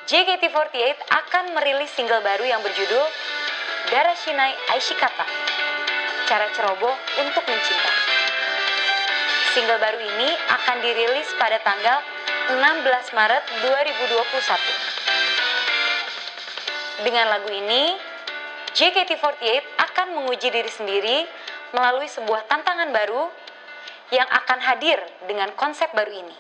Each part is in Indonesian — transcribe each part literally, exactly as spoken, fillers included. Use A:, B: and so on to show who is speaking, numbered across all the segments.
A: J K T empat delapan akan merilis single baru yang berjudul Darashinai Aishikata, cara ceroboh untuk mencinta. Single baru ini akan dirilis pada tanggal enam belas Maret dua ribu dua puluh satu. Dengan lagu ini, J K T empat delapan akan menguji diri sendiri melalui sebuah tantangan baru yang akan hadir dengan konsep baru ini.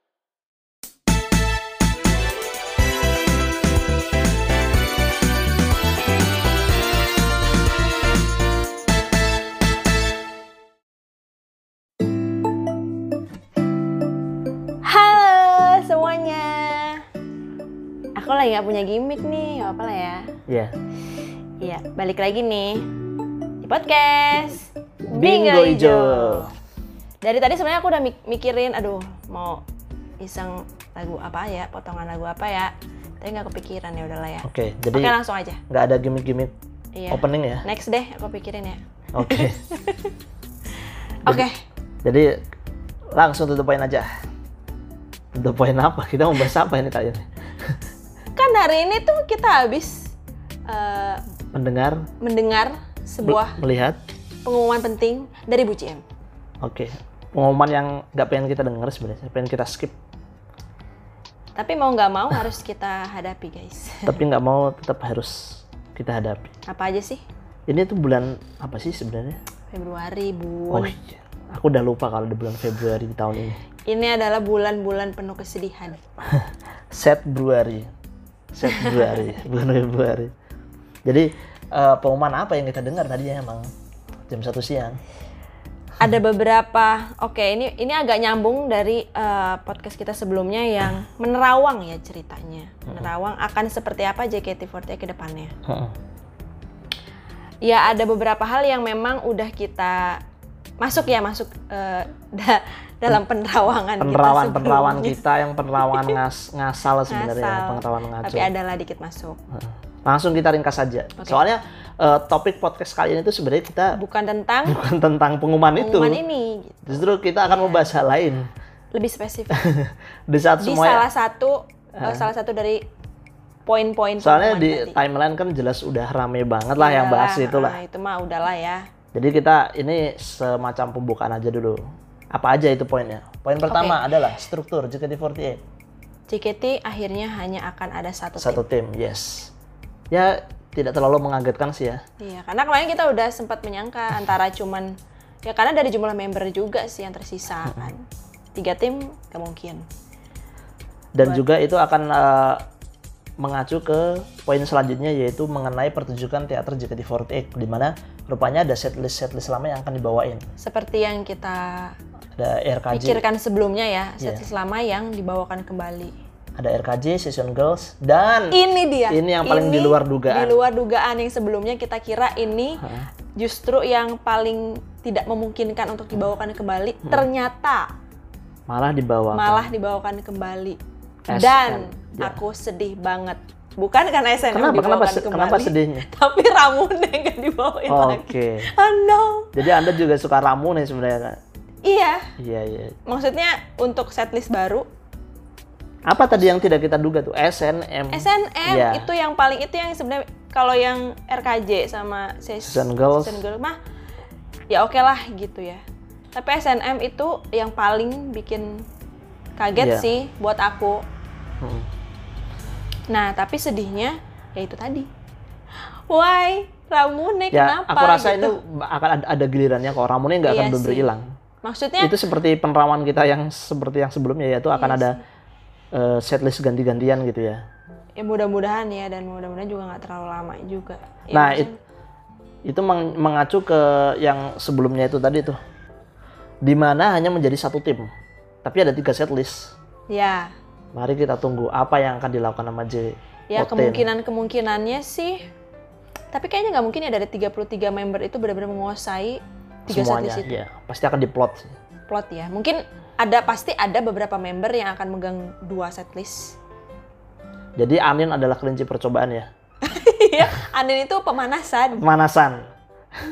B: Halo semuanya, aku lagi gak punya gimmick nih, gak apa lah ya.
C: Iya. Yeah.
B: Iya, balik lagi nih di podcast
C: Bingo Ijo.
B: Dari tadi sebenarnya aku udah mikirin, aduh mau iseng lagu apa ya, potongan lagu apa ya. Tapi nggak kepikiran, ya udahlah ya.
C: Oke, okay, jadi
B: Oke, langsung aja.
C: Nggak ada gimmick-gimmick
B: iya.
C: Opening ya?
B: Next deh, aku pikirin ya.
C: Oke.
B: Oke.
C: Jadi langsung tutup poin aja. Tutup poin apa? Kita mau bahas apa ini kali ini?
B: Kan hari ini tuh kita habis uh,
C: mendengar,
B: mendengar sebuah
C: melihat
B: pengumuman penting dari Bu C M.
C: Oke, pengumuman yang nggak pengen kita dengar sebenarnya, pengen kita skip.
B: Tapi mau nggak mau harus kita hadapi, guys.
C: Tapi nggak mau tetap harus kita hadapi.
B: Apa aja sih?
C: Ini tuh bulan apa sih sebenarnya?
B: Februari, Bun.
C: Oh iya, aku udah lupa kalau di bulan Februari di tahun ini.
B: Ini adalah bulan-bulan penuh kesedihan.
C: Set Februari, Set Februari, bulan Februari. Jadi uh, pengumuman apa yang kita dengar tadinya emang jam satu siang?
B: Ada beberapa, oke ini ini agak nyambung dari uh, podcast kita sebelumnya yang menerawang ya ceritanya. Menerawang akan seperti apa J K T empat delapan ke depannya.
C: Hmm.
B: Ya ada beberapa hal yang memang udah kita masuk ya masuk uh, da, dalam penerawangan
C: penerawan
B: kita
C: penerawan kita yang penerawangan ngas, ngasal sebenarnya,
B: ngasal,
C: penerawangan ngaco.
B: Tapi adalah dikit masuk.
C: Langsung kita ringkas saja. Okay. Soalnya uh, topik podcast kali ini tuh sebenarnya kita
B: bukan tentang
C: bukan tentang pengumuman,
B: pengumuman
C: itu.
B: ini. Gitu.
C: Justru kita akan yeah. membahas hal lain.
B: Lebih spesifik.
C: Di saat
B: di
C: semuanya,
B: salah satu uh, salah satu dari poin-poin.
C: Soalnya di
B: tadi.
C: timeline kan jelas udah rame banget lah Yalah, yang bahas itu lah.
B: Nah, itu mah udahlah ya.
C: Jadi kita ini semacam pembukaan aja dulu. Apa aja itu poinnya? Poin pertama okay. adalah struktur J K T empat delapan.
B: J K T akhirnya hanya akan ada satu,
C: satu tim. Satu tim, yes. Ya tidak terlalu mengagetkan sih ya.
B: Iya, karena kemarin kita udah sempat menyangka antara cuman ya karena dari jumlah member juga sih yang tersisa kan. Tiga tim gak mungkin.
C: Dan
B: Buat.
C: juga itu akan uh, mengacu ke poin selanjutnya yaitu mengenai pertunjukan teater J K T empat delapan di mana rupanya ada setlist setlist lama yang akan dibawain.
B: Seperti yang kita
C: ada R K J.
B: pikirkan sebelumnya ya, setlist
C: yeah.
B: lama yang dibawakan kembali.
C: Ada R K J, Session Girls, dan
B: ini dia.
C: Ini yang paling
B: ini
C: di luar dugaan.
B: Di luar dugaan yang sebelumnya kita kira ini huh? justru yang paling tidak memungkinkan untuk dibawakan kembali. Hmm. Ternyata
C: malah dibawakan.
B: Malah dibawakan kembali.
C: S N,
B: dan
C: ya.
B: aku sedih banget. Bukan karena S N M
C: kenapa,
B: dibawakan
C: kenapa,
B: kembali.
C: Kenapa sedihnya?
B: Tapi Ramune nggak dibawain
C: oh,
B: lagi.
C: Oke. Okay.
B: Oh no.
C: Jadi Anda juga suka Ramune sebenarnya kan?
B: Iya.
C: Iya, iya.
B: Maksudnya untuk setlist baru.
C: Apa tadi yang tidak kita duga tuh? S N M.
B: S N M
C: ya.
B: itu yang paling itu yang sebenarnya kalau yang R K J sama
C: Season Girls,
B: Season Girls mah ya oke okay lah gitu ya. Tapi S N M itu yang paling bikin kaget yeah. sih buat aku. Hmm. Nah tapi sedihnya ya itu tadi. Why Ramune
C: ya,
B: kenapa?
C: Aku rasa
B: gitu.
C: ini akan ada, ada gilirannya kok. Ramune nggak
B: iya
C: akan bener hilang.
B: Maksudnya
C: itu seperti penerawan kita yang seperti yang sebelumnya yaitu akan iya ada uh, setlist ganti-gantian gitu ya.
B: Ya mudah-mudahan ya dan mudah-mudahan juga nggak terlalu lama juga. Ya,
C: nah it, itu meng, mengacu ke yang sebelumnya itu tadi tuh, di mana hanya menjadi satu tim, tapi ada tiga setlist.
B: Ya.
C: Mari kita tunggu apa yang akan dilakukan sama J.
B: Ya kemungkinan-kemungkinannya sih, tapi kayaknya nggak mungkin ya dari tiga puluh tiga member itu benar-benar menguasai tiga
C: semuanya.
B: Setlist itu.
C: Ya, pasti akan diplot.
B: Plot ya, mungkin ada pasti ada beberapa member yang akan megang dua setlist.
C: Jadi Anin adalah kelinci percobaan ya?
B: Iya, Anin itu pemanasan.
C: Pemanasan.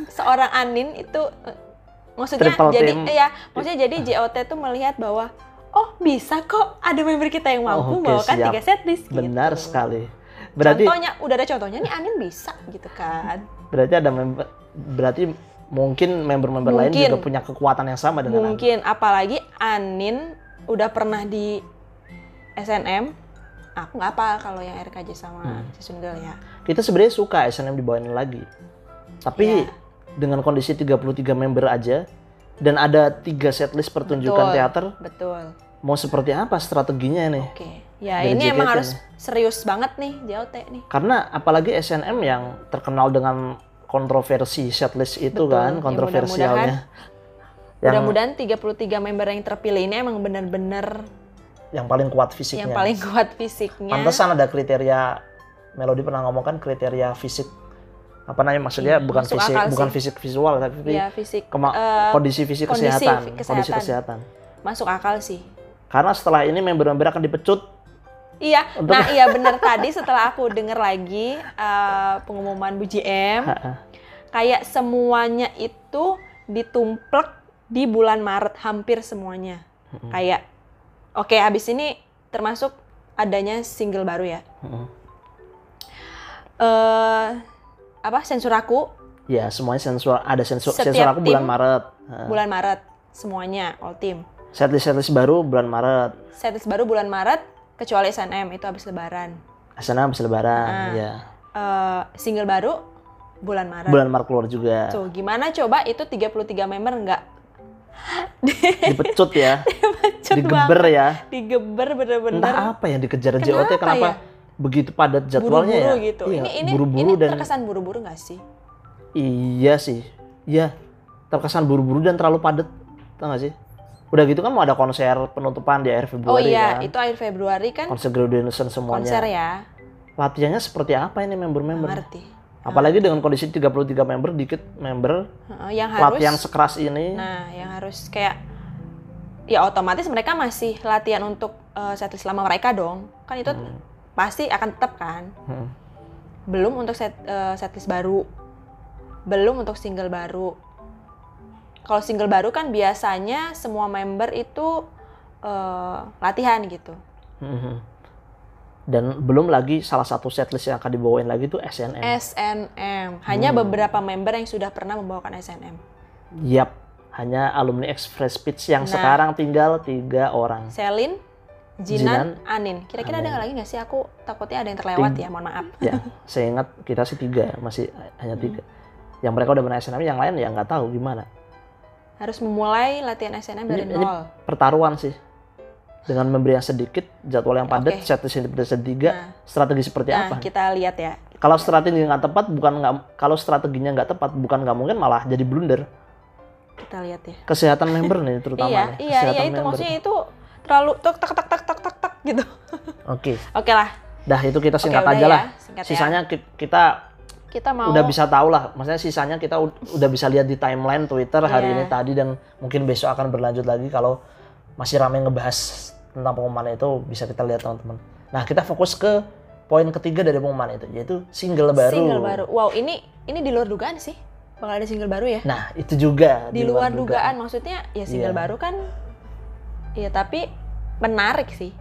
B: Seorang Anin itu maksudnya
C: Triple
B: jadi
C: team.
B: ya, maksudnya jadi J O T tuh melihat bahwa oh bisa kok ada member kita yang mampu
C: Oke,
B: membawakan
C: siap.
B: tiga setlist.
C: Benar
B: gitu.
C: sekali. Berarti
B: Contohnya, udah ada contohnya nih Anin bisa gitu kan.
C: berarti ada member, berarti mungkin member-member lain
B: Mungkin.
C: juga punya kekuatan yang sama dengan Anin.
B: Mungkin, apalagi Anin udah pernah di S N M. Aku nggak apa kalau yang R K J sama
C: Hmm.
B: Season Girl ya.
C: Kita sebenarnya suka S N M dibawain lagi. Tapi
B: Iya.
C: dengan kondisi tiga puluh tiga member aja dan ada tiga setlist pertunjukan
B: Betul,
C: teater,
B: Betul.
C: mau seperti apa strateginya nih?
B: Oke. Ya
C: Dari
B: ini
C: J K T
B: emang harus
C: nih.
B: serius banget nih J O T nih.
C: Karena apalagi S N M yang terkenal dengan kontroversi setlist itu
B: Betul,
C: kan,
B: ya
C: kontroversialnya. Yang
B: Mudah-mudahan tiga puluh tiga member yang terpilih ini emang benar-benar
C: yang paling kuat fisiknya.
B: yang paling kuat fisiknya.
C: Pantesan ada kriteria, Melody pernah ngomong kan kriteria fisik, apa namanya maksudnya
B: Iya,
C: bukan
B: masuk
C: fisik
B: akal
C: bukan
B: sih.
C: fisik visual tapi
B: Ya fisik.
C: kema-
B: eh,
C: kondisi fisik
B: kondisi
C: kesehatan,
B: fi-
C: kondisi
B: kesehatan.
C: kesehatan.
B: Masuk akal sih.
C: Karena setelah ini member-member akan dipecut.
B: Iya,
C: Untuk-
B: nah iya benar tadi setelah aku denger lagi eh, pengumuman Bu J M, kayak semuanya itu ditumplek di bulan Maret hampir semuanya. Kayak oke habis ini termasuk adanya single baru ya.
C: Mm-mm.
B: Eh apa sensor aku
C: Ya semuanya sensor, ada sensor
B: Setiap
C: sensor aku bulan
B: tim,
C: Maret. Heeh.
B: bulan Maret semuanya all team.
C: Setlist setlist baru bulan Maret.
B: Setlist baru bulan Maret kecuali S N M itu habis lebaran.
C: S N M habis lebaran,
B: Ah.
C: ya.
B: Eh, single baru bulan Maret.
C: Bulan Maret keluar juga.
B: Tuh, gimana coba itu tiga puluh tiga member nggak
C: Dipecut ya.
B: Cut
C: Digeber
B: banget.
C: ya.
B: digeber bener-bener
C: Entah apa yang dikejar J O T,
B: Kenapa
C: kenapa
B: ya?
C: begitu padat jadwalnya
B: buru-buru
C: ya?
B: gitu.
C: Iya,
B: ini ini
C: buru-buru
B: ini
C: dan
B: terkesan buru-buru nggak sih?
C: iya sih. Iya. Terkesan buru-buru dan terlalu padat. Tahu nggak sih? Udah gitu kan mau ada konser penutupan di akhir Februari
B: Oh iya,
C: kan.
B: itu akhir Februari kan
C: Konser graduation semuanya.
B: konser ya.
C: Latihannya seperti apa ini member-member?
B: Nggak ngerti.
C: Apalagi dengan kondisi tiga puluh tiga member, dikit member,
B: Heeh, yang harus
C: latihan sekeras ini.
B: Nah, yang harus kayak ya otomatis mereka masih latihan untuk uh, setlist lama mereka dong. Kan itu
C: Hmm.
B: pasti akan tetap kan.
C: Hmm.
B: Belum untuk set, uh, setlist baru. Belum untuk single baru. Kalau single baru kan biasanya semua member itu uh, latihan gitu.
C: Mhm. Dan belum lagi salah satu setlist yang akan dibawain lagi itu S N M.
B: S N M. Hanya
C: Hmm.
B: beberapa member yang sudah pernah membawakan S N M.
C: Yap, hanya alumni Express Pitch yang
B: Nah.
C: sekarang tinggal tiga orang.
B: Selin,
C: Jinan,
B: Jinan, Anin. Kira-kira
C: Anin.
B: ada nggak lagi nggak sih? Aku takutnya ada yang terlewat
C: Ting-
B: ya, mohon maaf.
C: Ya, saya ingat kita sih tiga, masih hanya tiga. Yang mereka udah pernah S N M, yang lain ya nggak tahu gimana.
B: Harus memulai latihan S N M dari
C: Ini, ini
B: nol.
C: pertaruhan sih. Dengan memberi yang sedikit, jadwal yang padat,
B: Oke.
C: setlist yang dipedas tiga,
B: Nah.
C: strategi seperti
B: Nah,
C: apa?
B: kita lihat ya.
C: Kalau strategi nggak tepat, bukan nggak, kalau strateginya nggak tepat, bukan nggak mungkin malah jadi blunder.
B: Kita lihat ya.
C: Kesehatan member nih terutama
B: iya,
C: nih.
B: iya,
C: Kesehatan
B: iya itu
C: member.
B: maksudnya itu terlalu tok tak tak tak tak tak tak gitu.
C: Oke,
B: Oke lah,
C: dah itu kita singkat
B: udah
C: aja
B: ya,
C: lah.
B: singkat ya.
C: Sisanya ki- kita
B: kita mau
C: udah bisa tahu lah. Maksudnya sisanya kita u- udah bisa lihat di timeline Twitter hari
B: Iya.
C: ini tadi dan mungkin besok akan berlanjut lagi kalau masih ramai ngebahas tentang pengumuman itu bisa kita lihat teman-teman. Nah kita fokus ke poin ketiga dari pengumuman itu yaitu single baru.
B: single baru. Wow, ini ini di luar dugaan sih. Bakal ada single baru ya.
C: Nah itu juga
B: Di, luar dugaan. maksudnya ya single
C: Iya.
B: baru kan. Iya, tapi menarik sih.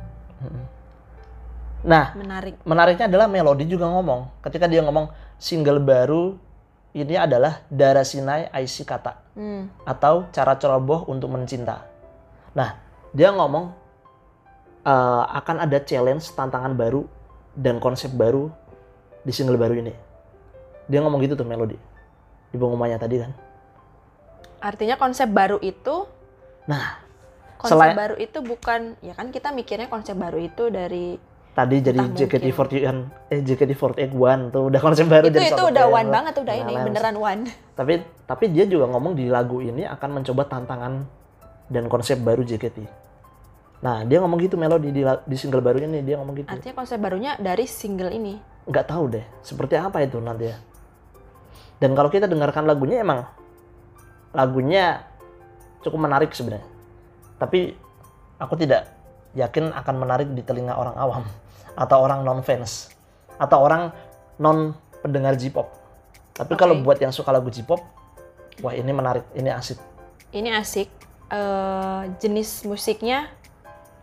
C: Nah
B: Menarik.
C: menariknya adalah Melody juga ngomong ketika dia ngomong single baru ini adalah Darasinai Aishikata
B: Hmm.
C: atau cara ceroboh untuk mencinta. Nah dia ngomong Uh, akan ada challenge, tantangan baru, dan konsep baru di single baru ini. Dia ngomong gitu tuh Melody. Di pengumumannya tadi kan.
B: Artinya konsep baru itu
C: Nah,
B: konsep
C: selain
B: baru itu bukan ya kan kita mikirnya konsep baru itu dari
C: tadi jadi
B: entah
C: J K T
B: mungkin.
C: empat puluh delapan eh J K T empat puluh delapan tuh udah konsep baru
B: itu
C: jadi
B: itu
C: satu
B: udah
C: tema.
B: one banget udah ini
C: Nah,
B: beneran one.
C: Tapi tapi dia juga ngomong di lagu ini akan mencoba tantangan dan konsep baru J K T. Nah, dia ngomong gitu Melody di, la- di single baru ini dia ngomong gitu.
B: Artinya konsep barunya dari single ini.
C: Nggak tahu deh seperti apa itu nanti ya. Dan kalau kita dengarkan lagunya emang lagunya cukup menarik sebenarnya. Tapi aku tidak yakin akan menarik di telinga orang awam atau orang non fans atau orang non pendengar J-pop. Tapi
B: Oke.
C: kalau buat yang suka lagu J-pop, wah ini menarik, ini asik.
B: Ini asik. Eh, jenis musiknya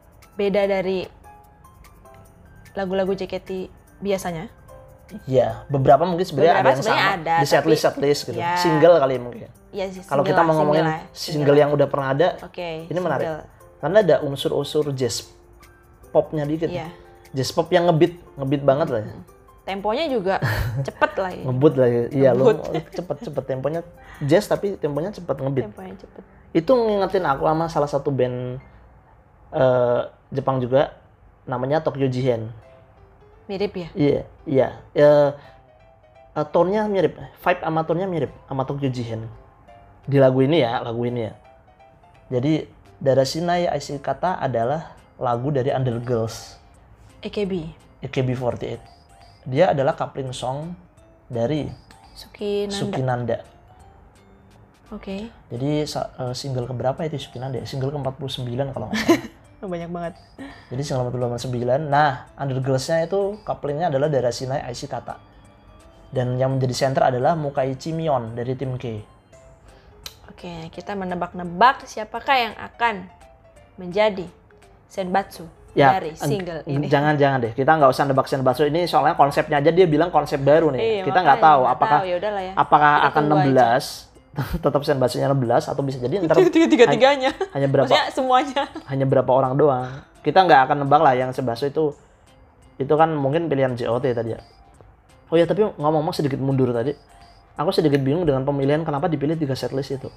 B: beda dari lagu-lagu J K T biasanya?
C: Iya, beberapa mungkin sebenarnya ada
B: Beberapa
C: yang
B: sebenarnya
C: sama
B: ada,
C: di setlist
B: tapi-
C: setlist gitu.
B: ya.
C: Single kali mungkin.
B: Iya sih.
C: Kalau
B: single
C: kita
B: lah,
C: mau ngomongin
B: single lah,
C: single yang udah pernah ada,
B: Oke.
C: ini menarik.
B: single.
C: Karena ada unsur-unsur jazz popnya dikit.
B: Iya.
C: Jazz pop yang ngebeat, ngebeat banget lah ya.
B: Temponya juga cepet lah ya.
C: Ngebut lah ya. Iya, lu
B: Ngebut.
C: cepet-cepet temponya jazz tapi temponya cepet ngebeat.
B: Temponya cepet.
C: Itu ngingetin aku sama salah satu band eh, Jepang juga namanya Tokyo Jihen.
B: Mirip ya?
C: Iya, iya. Eh, eh, tone-nya mirip, vibe sama tone-nya mirip sama Tokyo Jihen. Di lagu ini ya, lagu ini ya. Jadi Darashinai Aishikata adalah lagu dari Undergirls,
B: A K B.
C: A K B empat delapan. Dia adalah coupling song dari
B: Suki Nanda.
C: Sukinanda.
B: Oke.
C: Jadi sa- eh, single keberapa itu Sukinanda? Single ke empat puluh sembilan kalau nggak salah.
B: Oh, banyak banget.
C: Jadi single empat puluh sembilan. Nah, Undergirls-nya itu couplingnya adalah Darashinai Aishikata. Dan yang menjadi center adalah Mukaichi Mion dari tim K.
B: Oke, kita menebak-nebak siapakah yang akan menjadi Senbatsu
C: Ya,
B: dari single
C: eng-
B: ini.
C: Jangan-jangan deh, kita nggak usah nebak Senbatsu ini soalnya konsepnya aja dia bilang konsep baru nih.
B: Iya,
C: kita nggak
B: makanya
C: tahu
B: nggak
C: apakah
B: tahu, yaudah lah ya.
C: apakah
B: Kita
C: akan
B: tunggu
C: enam belas tetap Senbatsunya enam belas atau bisa jadi ntar
B: Tiga-tiganya.
C: hanya berapa
B: Maksudnya semuanya.
C: hanya berapa orang doang. Kita nggak akan nebak lah yang Senbatsu itu itu kan mungkin pilihan J O T tadi ya. Oh ya, tapi ngomong-ngomong sedikit mundur tadi. Aku sedikit bingung dengan pemilihan kenapa dipilih tiga setlist itu.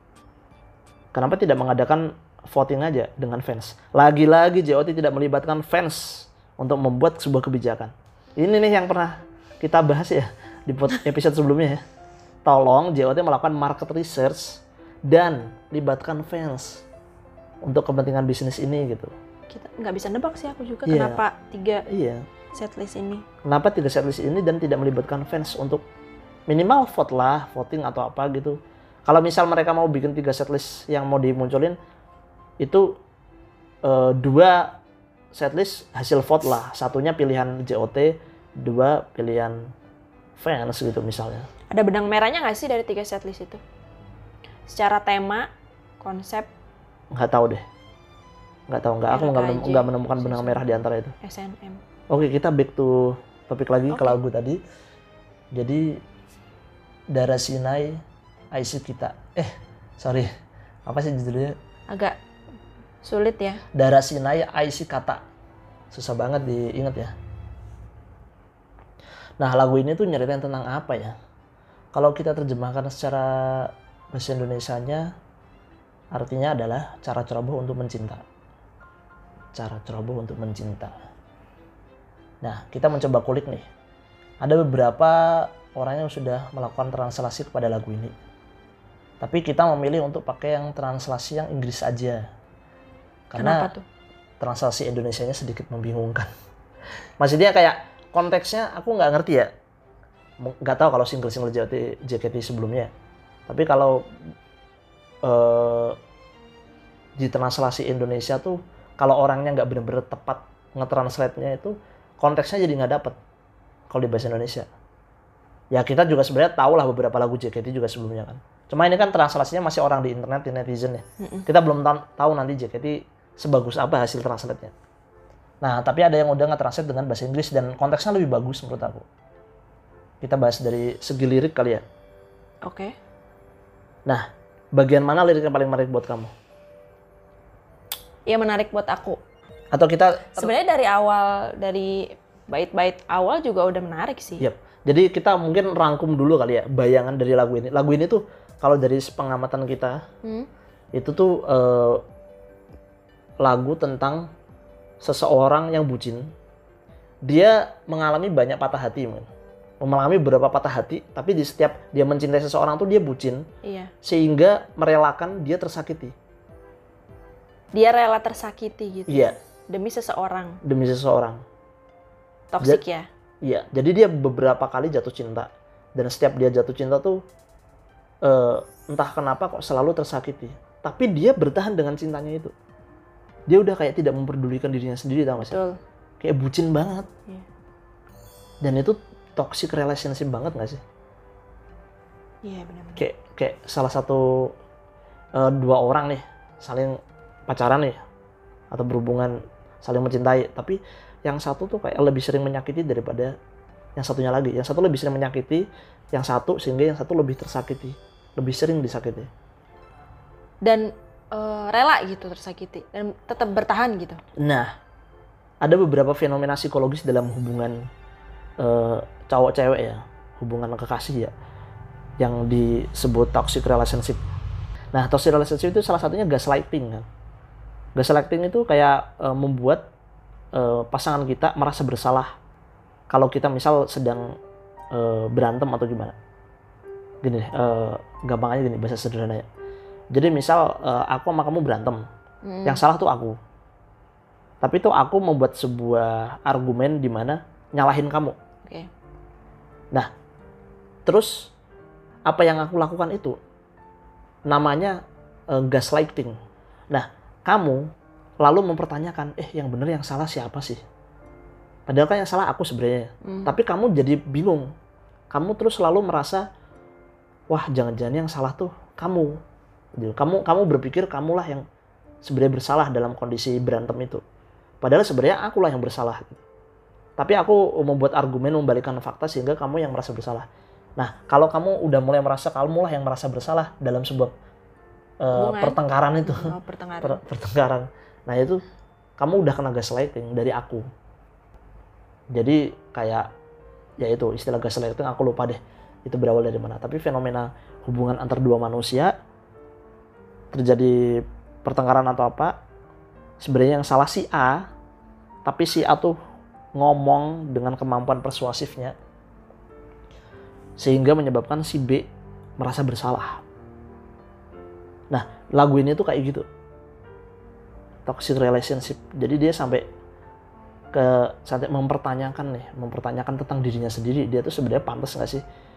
C: Kenapa tidak mengadakan voting aja dengan fans? Lagi-lagi J O T tidak melibatkan fans untuk membuat sebuah kebijakan. Ini nih yang pernah kita bahas ya di pod- episode sebelumnya ya. Tolong J O T melakukan market research dan libatkan fans untuk kepentingan bisnis ini gitu.
B: Kita nggak bisa nebak sih aku juga
C: Iya.
B: kenapa tiga
C: Iya.
B: setlist ini.
C: Kenapa tiga setlist ini dan tidak melibatkan fans untuk minimal vote lah, voting atau apa gitu. Kalau misal mereka mau bikin tiga setlist yang mau dimunculin, itu eh, dua setlist hasil vote lah. Satunya pilihan J O T, dua pilihan fans gitu misalnya.
B: Ada benang merahnya nggak sih dari tiga setlist itu? Secara tema, konsep,
C: Nggak tahu deh. Nggak tahu, nggak. Aku nggak menem-
B: R K J,
C: nggak menemukan benang merah di antara itu.
B: S N M.
C: Oke, kita back to topik lagi ke
B: Oke.
C: lagu tadi. Jadi Darashinai Aishikata. Eh, sorry. Apa sih judulnya?
B: Agak sulit ya.
C: Darashinai Aishikata. Susah banget diingat ya. Nah, lagu ini tuh nyeritain tentang apa ya? Kalau kita terjemahkan secara bahasa Indonesianya, artinya adalah cara ceroboh untuk mencinta. Cara ceroboh untuk mencinta. Nah, kita mencoba kulik nih. Ada beberapa orang yang sudah melakukan translasi kepada lagu ini. Tapi kita memilih untuk pakai yang translasi yang Inggris aja. Karena
B: Kenapa tuh?
C: translasi Indonesianya sedikit membingungkan. Maksudnya kayak konteksnya aku nggak ngerti ya. Nggak tahu kalau single-single J K T sebelumnya. Tapi kalau eh, di translasi Indonesia tuh kalau orangnya nggak benar-benar tepat nge-translate-nya itu konteksnya jadi nggak dapet kalau di bahasa Indonesia. Ya kita juga sebenarnya tahu lah beberapa lagu J K T juga sebelumnya kan. Cuma ini kan translasinya masih orang di internet, di netizen ya.
B: Mm-mm.
C: Kita belum ta- tahu nanti J K T sebagus apa hasil translate-nya. Nah, tapi ada yang udah nge-translate dengan bahasa Inggris dan konteksnya lebih bagus menurut aku. Kita bahas dari segi lirik kali ya.
B: Oke.
C: Nah, bagian mana lirik yang paling menarik buat kamu?
B: Iya, menarik buat aku.
C: Atau kita
B: Sebenarnya dari awal, dari bait-bait awal juga udah menarik sih.
C: Yap. Jadi kita mungkin rangkum dulu kali ya bayangan dari lagu ini. Lagu ini tuh kalau dari pengamatan kita
B: Hmm?
C: itu tuh eh, lagu tentang seseorang yang bucin. Dia mengalami banyak patah hati, men. Mengalami beberapa patah hati, tapi di setiap dia mencintai seseorang tuh dia bucin
B: Iya.
C: sehingga merelakan dia tersakiti.
B: Dia rela tersakiti gitu.
C: Iya,
B: Demi seseorang.
C: demi seseorang.
B: Toksik ya.
C: Iya, jadi dia beberapa kali jatuh cinta dan setiap dia jatuh cinta tuh eh, entah kenapa kok selalu tersakiti. Tapi dia bertahan dengan cintanya itu. Dia udah kayak tidak memperdulikan dirinya sendiri, tau gak sih?
B: Betul.
C: Kayak bucin banget.
B: Iya.
C: Dan itu toxic relationship banget gak sih?
B: Iya, benar-benar.
C: Kayak kayak salah satu eh, dua orang nih saling pacaran nih atau berhubungan saling mencintai. Tapi yang satu tuh kayak lebih sering menyakiti daripada yang satunya lagi. Yang satu lebih sering menyakiti yang satu, sehingga yang satu lebih tersakiti, lebih sering disakiti.
B: Dan uh, rela gitu tersakiti dan tetap bertahan gitu.
C: Nah, ada beberapa fenomena psikologis dalam hubungan uh, cowok cewek ya, hubungan kekasih ya, yang disebut toxic relationship. Nah, toxic relationship itu salah satunya gaslighting kan. Gaslighting itu kayak uh, membuat uh, pasangan kita merasa bersalah kalau kita misal sedang uh, berantem atau gimana. Gini deh, uh, gampangnya gini, bahasa sederhananya. Jadi misal uh, aku sama kamu berantem, hmm. yang salah tuh aku. Tapi tuh aku membuat sebuah argumen di mana nyalahin kamu.
B: Oke. Okay.
C: Nah, terus apa yang aku lakukan itu namanya uh, gaslighting. Nah, kamu lalu mempertanyakan, eh yang bener yang salah siapa sih? Padahal kan yang salah aku sebenarnya. Hmm. Tapi kamu jadi bingung. Kamu terus selalu merasa, wah jangan-jangan yang salah tuh kamu. Kamu kamu berpikir kamulah yang sebenarnya bersalah dalam kondisi berantem itu. Padahal sebenarnya akulah yang bersalah. Tapi aku membuat argumen membalikkan fakta sehingga kamu yang merasa bersalah. Nah, kalau kamu udah mulai merasa kamulah yang merasa bersalah dalam sebuah uh, pertengkaran itu,
B: oh, pertengkaran.
C: per, pertengkaran. Nah itu kamu udah kena gaslighting dari aku. Jadi kayak ya itu istilah gaslighting aku lupa deh itu berawal dari mana. Tapi fenomena hubungan antar dua manusia terjadi pertengkaran atau apa, sebenarnya yang salah si A, tapi si A tuh ngomong dengan kemampuan persuasifnya sehingga menyebabkan si B merasa bersalah. Nah, lagu ini tuh kayak gitu. Toxic relationship. Jadi dia sampai ke sampai mempertanyakan nih, mempertanyakan tentang dirinya sendiri. Dia tuh sebenarnya pantas nggak sih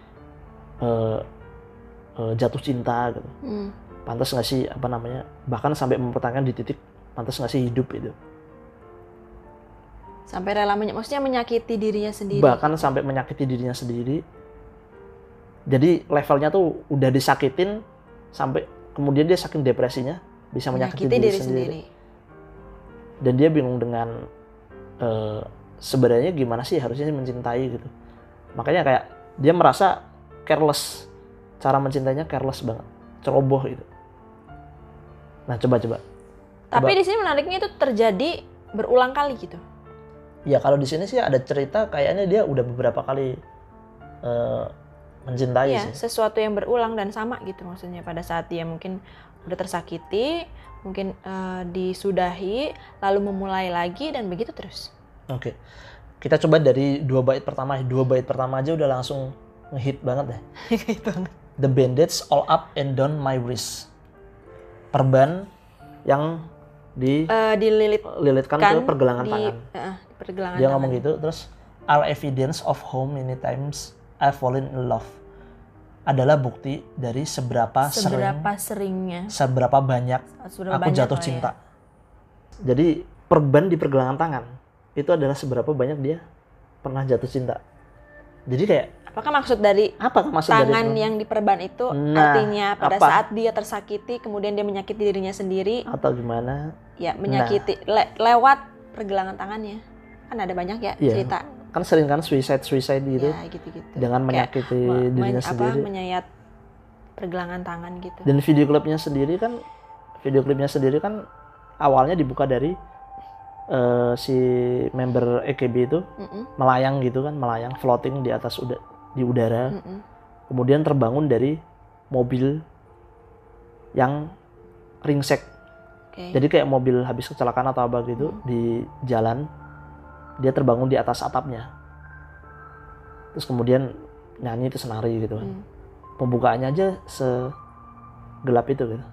C: uh, uh, jatuh cinta gitu. Hmm. Pantas nggak sih apa namanya? Bahkan sampai mempertanyakan di titik pantas nggak sih hidup itu.
B: Sampai rela meny- maksudnya menyakiti dirinya sendiri.
C: Bahkan sampai menyakiti dirinya sendiri. Jadi levelnya tuh udah disakitin sampai kemudian dia saking depresinya bisa menyakiti, menyakiti diri, diri sendiri. sendiri. Dan dia bingung dengan uh, sebenarnya gimana sih harusnya mencintai gitu. Makanya kayak dia merasa careless. Cara mencintainya careless banget. Ceroboh gitu. Nah, coba-coba.
B: Tapi coba. Di sini menariknya itu terjadi berulang kali gitu.
C: Ya kalau di sini sih ada cerita kayaknya dia udah beberapa kali uh, mencintai
B: iya,
C: sih.
B: Sesuatu yang berulang dan sama gitu maksudnya pada saat dia mungkin udah tersakiti, mungkin uh, disudahi, lalu memulai lagi dan begitu terus.
C: Oke, okay. Kita coba dari dua bait pertama. Dua bait pertama aja udah langsung ngehit banget deh.
B: Ngehit banget.
C: The bandage all up and down my wrist. Perban yang di
B: uh, dililit
C: lilitkan ke pergelangan
B: di,
C: tangan.
B: Uh, pergelangan
C: dia
B: tangan.
C: Ngomong gitu, terus are evidence of how many times I've fallen in love. Adalah bukti dari seberapa,
B: seberapa
C: sering,
B: seringnya,
C: seberapa banyak
B: seberapa
C: aku
B: banyak
C: jatuh
B: ya.
C: cinta. Jadi perban di pergelangan tangan itu adalah seberapa banyak dia pernah jatuh cinta. Jadi kayak
B: apakah maksud dari
C: apa maksud
B: tangan
C: dari
B: yang diperban itu
C: nah,
B: artinya pada
C: apa?
B: Saat dia tersakiti kemudian dia menyakiti dirinya sendiri
C: atau gimana?
B: Ya menyakiti nah. le- lewat pergelangan tangannya. Kan ada banyak ya iya. cerita.
C: Kan sering kan suicide suicide gitu.
B: Ya, gitu-gitu.
C: Dengan menyakiti kayak, dirinya
B: men-
C: sendiri.
B: Apa, menyayat pergelangan tangan gitu.
C: Dan video klipnya sendiri kan video klipnya sendiri kan awalnya dibuka dari uh, si member A K B itu Mm-mm. melayang gitu kan, melayang floating di atas udah di udara. Mm-mm. Kemudian terbangun dari mobil yang ringsek. Okay. Jadi kayak mobil habis kecelakaan atau apa gitu mm. di jalan. Dia terbangun di atas atapnya. Terus kemudian nyanyi itu senari gitu kan. Mm. Pembukaannya aja segelap itu gitu.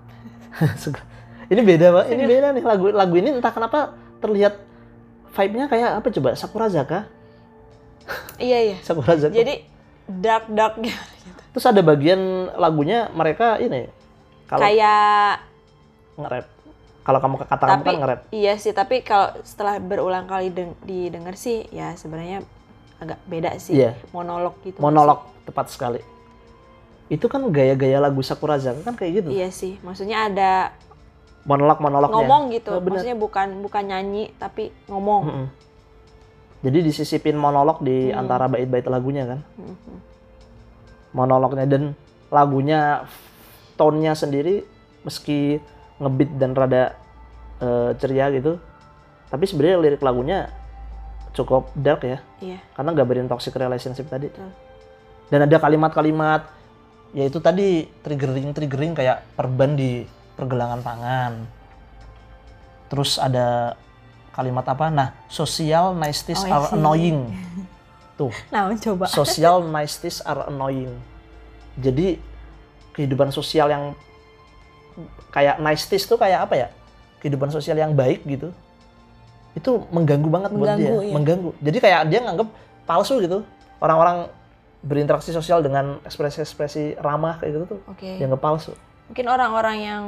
C: Ini beda, Pak. Ini beda nih lagu lagu ini entah kenapa terlihat vibe-nya kayak apa coba? Sakurazaka.
B: Iya, iya.
C: Sakurazaka.
B: Jadi dark-dark gitu.
C: Terus ada bagian lagunya mereka ini kalau
B: kayak
C: nge-rap. Kalau kamu kata kamu kan nge-rap.
B: Iya sih, tapi kalau setelah berulang kali deng- didengar sih ya sebenarnya agak beda sih.
C: Iya.
B: Monolog gitu.
C: Monolog sih. Tepat sekali. Itu kan gaya-gaya lagu Sakurazaka kan kayak gitu.
B: Iya sih, maksudnya ada
C: monolog-monolognya.
B: Ngomong gitu.
C: Oh, bener.
B: Maksudnya bukan bukan nyanyi tapi ngomong.
C: Mm-mm. Jadi disisipin monolog di
B: Hmm.
C: antara bait-bait lagunya kan.
B: Mhm.
C: Monolognya dan lagunya tone-nya sendiri meski ngebeat dan rada uh, ceria gitu. Tapi sebenarnya lirik lagunya cukup dark ya.
B: Iya.
C: Karena gambarin toxic relationship tadi.
B: Betul.
C: Dan ada kalimat-kalimat yaitu tadi triggering-triggering kayak perban di pergelangan tangan. Terus ada kalimat apa? Nah, social niceties
B: Oh, I
C: are
B: see.
C: annoying. Tuh,
B: Nah, coba.
C: social niceties are annoying. Jadi kehidupan sosial yang kayak niceties tuh kayak apa ya? Kehidupan sosial yang baik gitu. Itu mengganggu banget buat dia,
B: Mengganggu, iya.
C: mengganggu. Jadi kayak dia nganggep palsu gitu. Orang-orang berinteraksi sosial dengan ekspresi-ekspresi ramah kayak gitu tuh
B: Oke.
C: dianggap palsu.
B: Mungkin orang-orang yang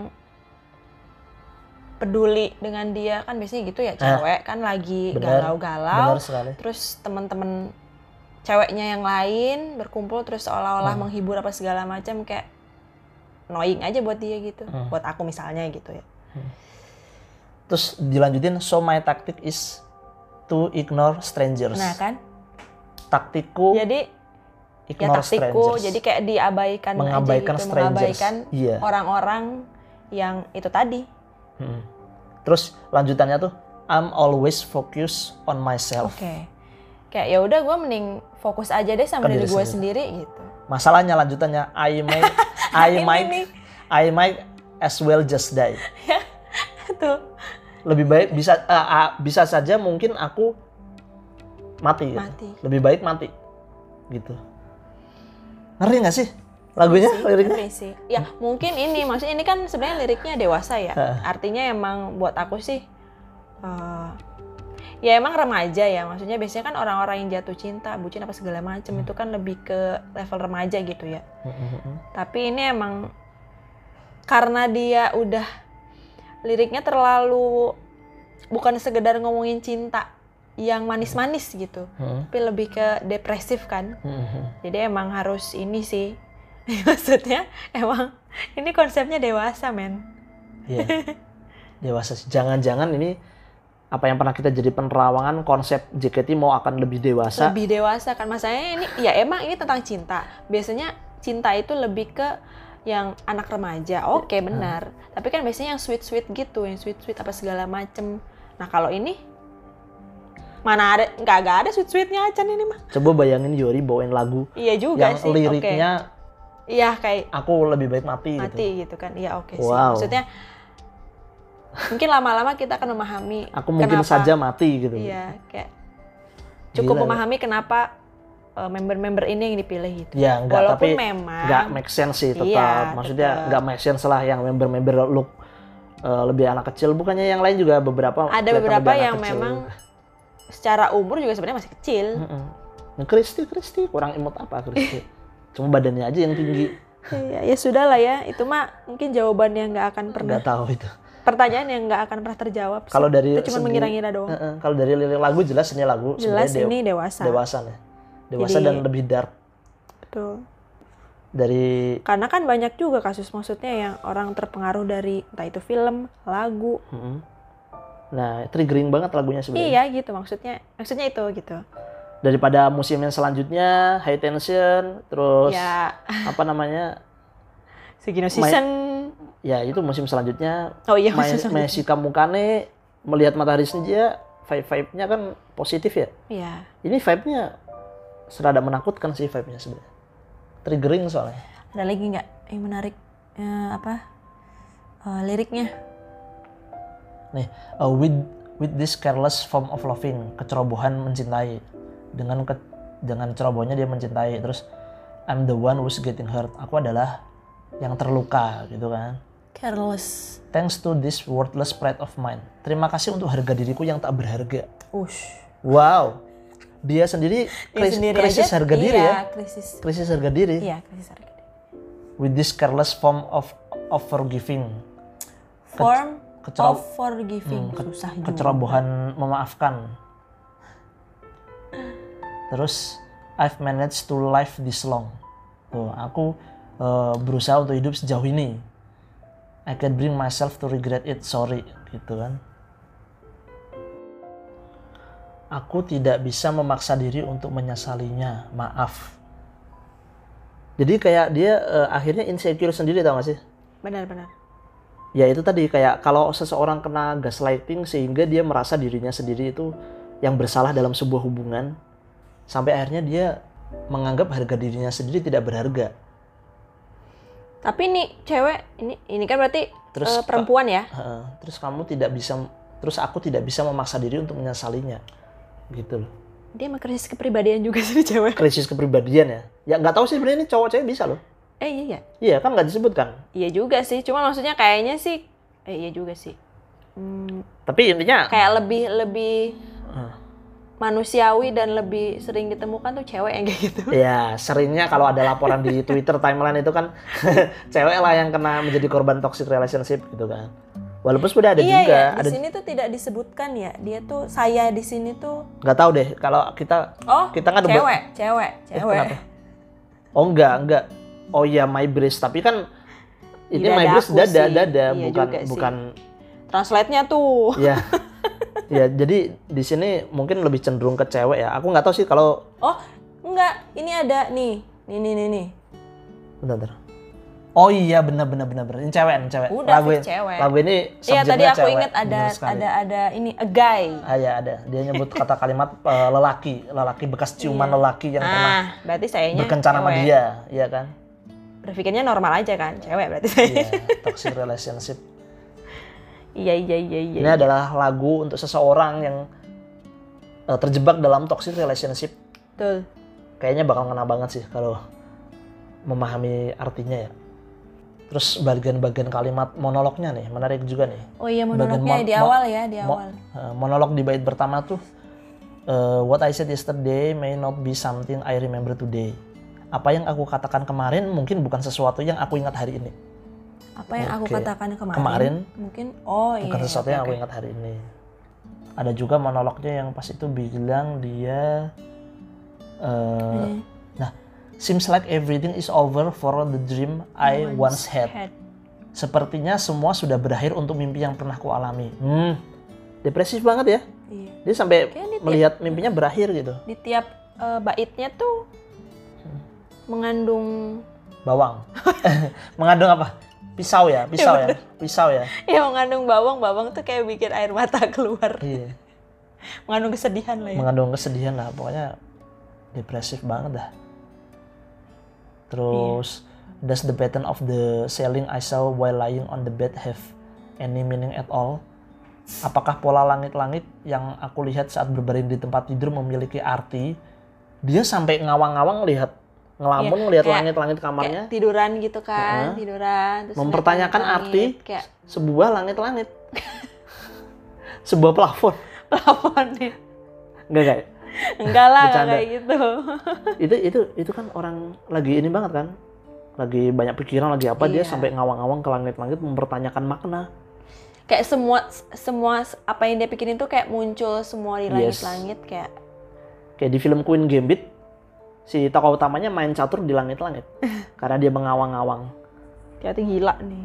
B: peduli dengan dia kan biasanya gitu ya, cewek kan lagi
C: bener,
B: galau-galau.
C: bener sekali.
B: Terus teman-teman ceweknya yang lain berkumpul terus seolah-olah
C: Hmm.
B: menghibur apa segala macam, kayak annoying aja buat dia gitu.
C: Hmm.
B: Buat aku misalnya gitu ya.
C: Terus dilanjutin, so my tactic is to ignore strangers.
B: Nah kan,
C: Taktiku
B: jadi ya
C: ignore
B: taktiku,
C: strangers.
B: jadi kayak diabaikan
C: Mengabaikan
B: aja gitu,
C: strangers.
B: mengabaikan
C: Iya.
B: orang-orang yang itu tadi.
C: Hmm. Terus lanjutannya tuh, I'm always focused on myself.
B: Oke. Kayak ya udah gue mending fokus aja deh sama
C: Ke
B: diri
C: diri
B: gue
C: sendiri.
B: sendiri gitu.
C: Masalahnya lanjutannya, I might, I
B: Ini
C: might,
B: nih.
C: I might as well just die.
B: Tuh.
C: Lebih baik bisa, uh, uh, bisa saja mungkin aku mati. Gitu.
B: Mati.
C: Lebih baik mati, gitu. Ngeri nggak sih lagunya, liriknya?
B: Ngeri sih. Ya mungkin ini, maksudnya ini kan sebenarnya liriknya dewasa ya.
C: Heeh.
B: Artinya emang buat aku sih, eh, ya emang remaja ya. Maksudnya biasanya kan orang-orang yang jatuh cinta, bucin apa segala macam itu kan lebih ke level remaja gitu ya. Tapi ini emang karena dia udah liriknya terlalu bukan sekedar ngomongin cinta yang manis-manis gitu,
C: Hmm.
B: tapi lebih ke depresif kan.
C: Hmm.
B: Jadi emang harus ini sih, maksudnya emang ini konsepnya dewasa men.
C: Iya. Dewasa sih. Jangan-jangan ini apa yang pernah kita jadi penerawangan konsep J K T mau akan lebih dewasa.
B: Lebih dewasa kan, masalahnya ini ya emang ini tentang cinta. Biasanya cinta itu lebih ke yang anak remaja, oke benar. Tapi kan biasanya yang sweet-sweet gitu, yang sweet-sweet apa segala macem. Nah kalau ini mana ada, nggak nggak ada sweet-sweetnya Acan ini mah.
C: Coba bayangin Yori bawain lagu
B: Iya juga
C: yang
B: sih.
C: liriknya
B: Oke. Iya kayak
C: aku lebih baik mati,
B: mati
C: gitu.
B: gitu, kan. Iya oke sih.
C: Wow.
B: Maksudnya mungkin lama-lama kita akan memahami
C: Aku mungkin
B: kenapa-
C: saja mati gitu.
B: Iya, kayak cukup
C: Gila,
B: memahami kenapa uh, member-member ini yang dipilih gitu.
C: Ya enggak,
B: Walaupun
C: tapi
B: memang
C: enggak make sense sih tetap.
B: Iya,
C: Maksudnya
B: tetap.
C: enggak make sense lah yang member-member look uh, lebih anak kecil. Bukannya yang lain juga beberapa
B: ada
C: kelihatan
B: beberapa
C: lebih anak
B: yang
C: kecil.
B: memang secara umur juga sebenarnya masih kecil.
C: Mm-mm. Nah, Kristi, Kristi kurang imut apa Kristi? Cuma badannya aja yang tinggi.
B: Ya, ya sudah lah ya, itu mah mungkin jawaban yang nggak akan pernah,
C: Enggak tahu itu.
B: pertanyaan yang nggak akan pernah terjawab. sih.
C: Kalau dari
B: itu cuma
C: segi-
B: mengira-ngira doang.
C: Uh-uh. Kalau dari lirik lagu jelas ini lagu
B: Jelas
C: sebenarnya
B: ini dewasa.
C: dewasa nih. Dewasa
B: Jadi-
C: dan lebih dark
B: Betul.
C: dari
B: Karena kan banyak juga kasus maksudnya yang orang terpengaruh dari entah itu film, lagu.
C: Mm-mm. Nah, triggering banget lagunya sebenarnya.
B: Iya gitu maksudnya. Maksudnya itu gitu.
C: Daripada musim yang selanjutnya high tension, terus
B: Ya,
C: apa namanya?
B: Sugino season.
C: Ya itu musim selanjutnya.
B: Oh iya,
C: Mai-
B: musim selanjutnya.
C: Messi Kamukane melihat Matahari Senja, vibe-vibe-nya kan positif ya.
B: Iya.
C: Ini vibe-nya serada menakutkan sih vibe-nya sebenarnya. Triggering soalnya.
B: Ada lagi nggak yang menarik eh, apa eh, liriknya?
C: Nih, uh, with with this careless form of loving, kecerobohan mencintai. Dengan ke, dengan cerobohnya dia mencintai. Terus I'm the one who's getting hurt. Aku adalah yang terluka gitu kan.
B: Careless.
C: Thanks to this worthless pride of mine. Terima kasih untuk harga diriku yang tak berharga.
B: Ush.
C: Wow. Dia sendiri
B: Dia
C: kris-
B: sendiri
C: krisis
B: aja,
C: harga diri
B: iya,
C: ya.
B: Krisis.
C: Krisis harga diri.
B: Iya, krisis harga diri.
C: With this careless form of of forgiving.
B: Form
C: kecero-
B: of forgiving.
C: Hmm, ke-
B: Susah juga.
C: Kecerobohan memaafkan. Terus I've managed to live this long. Tuh, aku uh, berusaha untuk hidup sejauh ini. I can't bring myself to regret it, sorry, gitu kan. Aku tidak bisa memaksa diri untuk menyesalinya, maaf. Jadi kayak dia uh, akhirnya insecure sendiri, tau gak sih?
B: Benar-benar.
C: Ya itu tadi, kayak kalau seseorang kena gaslighting sehingga dia merasa dirinya sendiri itu yang bersalah dalam sebuah hubungan, sampai akhirnya dia menganggap harga dirinya sendiri tidak berharga.
B: Tapi nih cewek, ini ini kan berarti
C: terus,
B: uh, perempuan ya?
C: Uh, terus kamu tidak bisa, terus aku tidak bisa memaksa diri untuk menyesalinya, gitu loh.
B: Dia emang krisis kepribadian juga sih cewek.
C: Krisis kepribadian ya? Ya nggak tahu sih sebenarnya ini cowok cewek bisa loh.
B: Eh iya ya?
C: Iya kan nggak disebutkan.
B: Iya juga sih, cuma maksudnya kayaknya sih, eh iya juga sih. Hmm,
C: Tapi intinya
B: kayak lebih lebih
C: uh,
B: manusiawi dan lebih sering ditemukan tuh cewek yang kayak gitu.
C: ya seringnya kalau ada laporan di Twitter timeline itu kan cewek lah yang kena menjadi korban toxic relationship gitu kan. Walaupun sudah ada
B: iya,
C: juga.
B: Iya, di
C: ada...
B: sini tuh tidak disebutkan ya. Dia tuh saya di sini tuh.
C: Nggak tahu deh kalau kita.
B: Oh,
C: kita kan
B: cewek, cewek, cewek.
C: Eh, oh enggak, enggak. Oh iya my breast, tapi kan ini my breast dada,
B: sih.
C: dada,
B: Iya
C: bukan bukan.
B: Translate-nya tuh.
C: Ya, ya. Jadi di sini mungkin lebih cenderung ke cewek ya. Aku nggak tahu sih kalau.
B: Oh, enggak. Ini ada nih, nih, nih, nih, nih.
C: Bentar, bentar. Oh iya benar benar benar benar. Ini cewek, ini cewek.
B: Udah
C: lagu
B: fix cewek.
C: Lagu ini subjeknya
B: iya, tadi aku
C: cewek.
B: inget ada ada ada ini a guy.
C: Ah ya ada. Dia nyebut kata kalimat uh, lelaki, lelaki bekas ciuman
B: iya.
C: lelaki yang
B: ah,
C: pernah
B: berarti sayanya
C: berkencan sama dia, iya kan?
B: Berpikirnya normal aja kan, cewek berarti saya.
C: Iya, toxic relationship.
B: Iya iya iya iya.
C: Ini adalah lagu untuk seseorang yang uh, terjebak dalam toxic relationship.
B: Betul.
C: Kayaknya bakal ngena banget sih kalau memahami artinya ya. Terus bagian-bagian kalimat monolognya nih menarik juga nih.
B: Oh iya monolognya
C: mon-
B: di awal ya di
C: mo-
B: awal.
C: Uh, monolog di bait pertama tuh uh, what I said yesterday may not be something I remember today. Apa yang aku katakan kemarin mungkin bukan sesuatu yang aku ingat hari ini.
B: Apa yang aku
C: Oke.
B: katakan kemarin?
C: Kemarin
B: mungkin oh iya.
C: bukan sesuatu
B: oke,
C: yang aku
B: oke.
C: ingat hari ini. Ada juga monolognya yang pas itu bilang dia uh,
B: Hmm.
C: nah seems like everything is over for the dream I once had. Sepertinya semua sudah berakhir untuk mimpi yang pernah ku alami. Hmm, depresif banget ya.
B: Iya.
C: Dia sampai
B: Kayaknya dia
C: melihat mimpinya berakhir gitu.
B: Di tiap uh, baitnya tuh mengandung
C: Bawang. Mengandung apa? Pisau ya, pisau ya, pisau ya.
B: ya mengandung bawang, bawang tuh kayak bikin air mata keluar.
C: Iya.
B: Mengandung kesedihan lah ya.
C: Mengandung kesedihan lah, pokoknya depresif banget dah. Terus, yeah. Does the pattern of the ceiling I saw while lying on the bed have any meaning at all? Apakah pola langit-langit yang aku lihat saat berbaring di tempat tidur memiliki arti? Dia sampai ngawang-ngawang lihat, ngelamun
B: Iya,
C: ngelihat
B: kayak-
C: langit-langit kamarnya,
B: Kayak tiduran gitu kan,
C: Heeh.
B: tiduran. Terus
C: mempertanyakan
B: lihat
C: arti
B: langit, kayak
C: sebuah langit-langit, sebuah plafon.
B: plafon nih.
C: Enggak kayak.
B: Enggak lah, enggak
C: Bercanda.
B: kayak gitu.
C: itu itu itu kan orang lagi ini banget kan, lagi banyak pikiran lagi apa, dia
B: Iya.
C: sampai ngawang-ngawang ke langit-langit mempertanyakan makna.
B: Kayak semua semua apa yang dia pikirin tuh kayak muncul semua di
C: Yes.
B: langit-langit kayak
C: Kayak di film Queen Gambit, si tokoh utamanya main catur di langit-langit karena dia mengawang-awang.
B: kayak gila nih.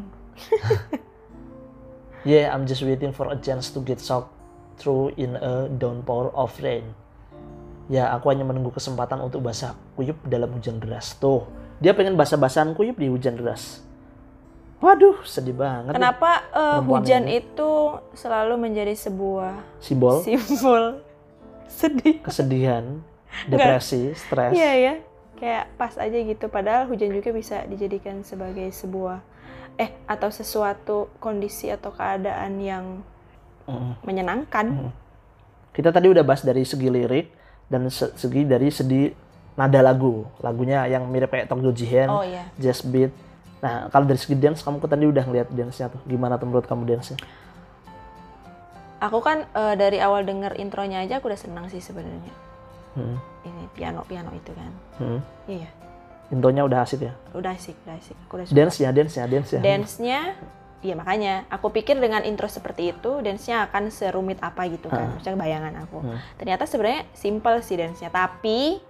C: Yeah, I'm just waiting for a chance to get soaked through in a downpour of rain. Ya, aku hanya menunggu kesempatan untuk basah kuyup dalam hujan deras. Tuh, dia pengen basah-basahan kuyup di hujan deras. Waduh, sedih banget.
B: Kenapa uh,
C: perempuan
B: hujan
C: ini.
B: itu selalu menjadi sebuah
C: Simbol
B: simbol sedih?
C: kesedihan, depresi, stres.
B: Iya ya, kayak pas aja gitu. Padahal hujan juga bisa dijadikan sebagai sebuah eh atau sesuatu kondisi atau keadaan yang
C: Mm.
B: menyenangkan.
C: Mm. Kita tadi udah bahas dari segi lirik dan se- segi dari segi nada lagu. Lagunya yang mirip kayak Tokyo Jihen,
B: Oh iya.
C: Jazz Beat. Nah, kalau dari segi dance, kamu tadi udah ngeliat dance-nya tuh. Gimana tuh menurut kamu dance-nya?
B: Aku kan eh, dari awal denger intronya aja aku udah senang sih sebenarnya.
C: Hmm.
B: Ini piano-piano itu kan.
C: Hmm.
B: Iya,
C: Intronya udah asik ya.
B: udah asik, udah asik. Aku udah suka.
C: Dance-nya, dance-nya, dance-nya.
B: Dance-nya, iya makanya aku pikir dengan intro seperti itu dance-nya akan serumit apa gitu kan,
C: Ah.
B: maksudnya bayangan aku.
C: Hmm.
B: Ternyata sebenarnya simple sih dance-nya, tapi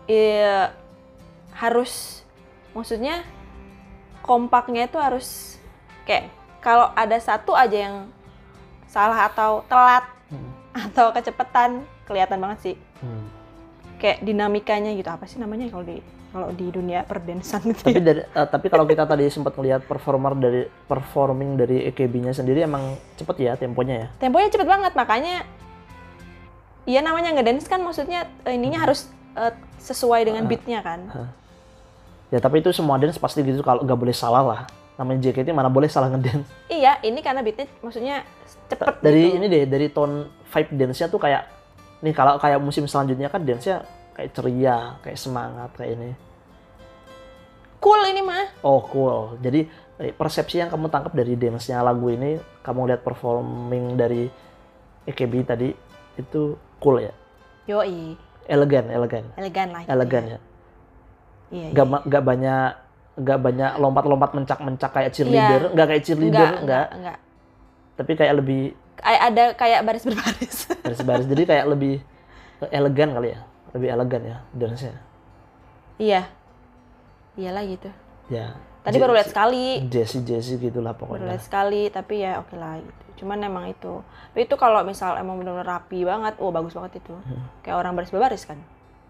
B: iya, harus, maksudnya kompaknya itu harus kayak kalau ada satu aja yang salah atau telat hmm. atau kecepatan kelihatan banget sih. Hmm. Kayak dinamikanya gitu, apa sih namanya kalau di kalau di dunia perdansan gitu.
C: Tapi
B: ya?
C: dari uh, tapi kalau kita tadi sempat melihat performer dari performing dari A K B-nya sendiri emang cepet ya temponya ya.
B: Temponya cepet banget, makanya iya namanya ngedance kan maksudnya ininya hmm. harus uh, sesuai dengan uh, beatnya kan. Uh.
C: Ya tapi itu semua dance pasti gitu, kalau nggak boleh salah lah. Namanya J K T mana boleh salah ngedance.
B: Iya, ini karena beatnya maksudnya cepet
C: dari
B: gitu.
C: Ini deh, dari tone vibe dance-nya tuh kayak nih, kalau kayak musim selanjutnya kan dance-nya kayak ceria, kayak semangat kayak ini.
B: Cool ini mah.
C: Oh cool. Jadi persepsi yang kamu tangkap dari dance-nya lagu ini, kamu lihat performing dari A K B tadi itu cool ya.
B: Yoi.
C: Elegan, elegan.
B: Elegan lah.
C: Elegan ya.
B: Iya,
C: gak,
B: iya.
C: gak banyak gak banyak lompat-lompat mencak-mencak kayak cheerleader,
B: iya.
C: Gak kayak cheerleader,
B: enggak, enggak, enggak.
C: Tapi kayak lebih
B: ada kayak baris berbaris.
C: Baris-baris. Jadi kayak lebih elegan kali ya, lebih elegan ya dance-nya.
B: Iya, iyalah gitu.
C: Ya.
B: Tadi J- baru lihat sekali.
C: Jesse Jesse gitulah pokoknya.
B: Baru lihat sekali, tapi ya oke lah gitu. Cuman emang itu. Tapi itu kalau misal emang benar-benar rapi banget, oh bagus banget itu. Hmm. Kayak orang baris berbaris kan.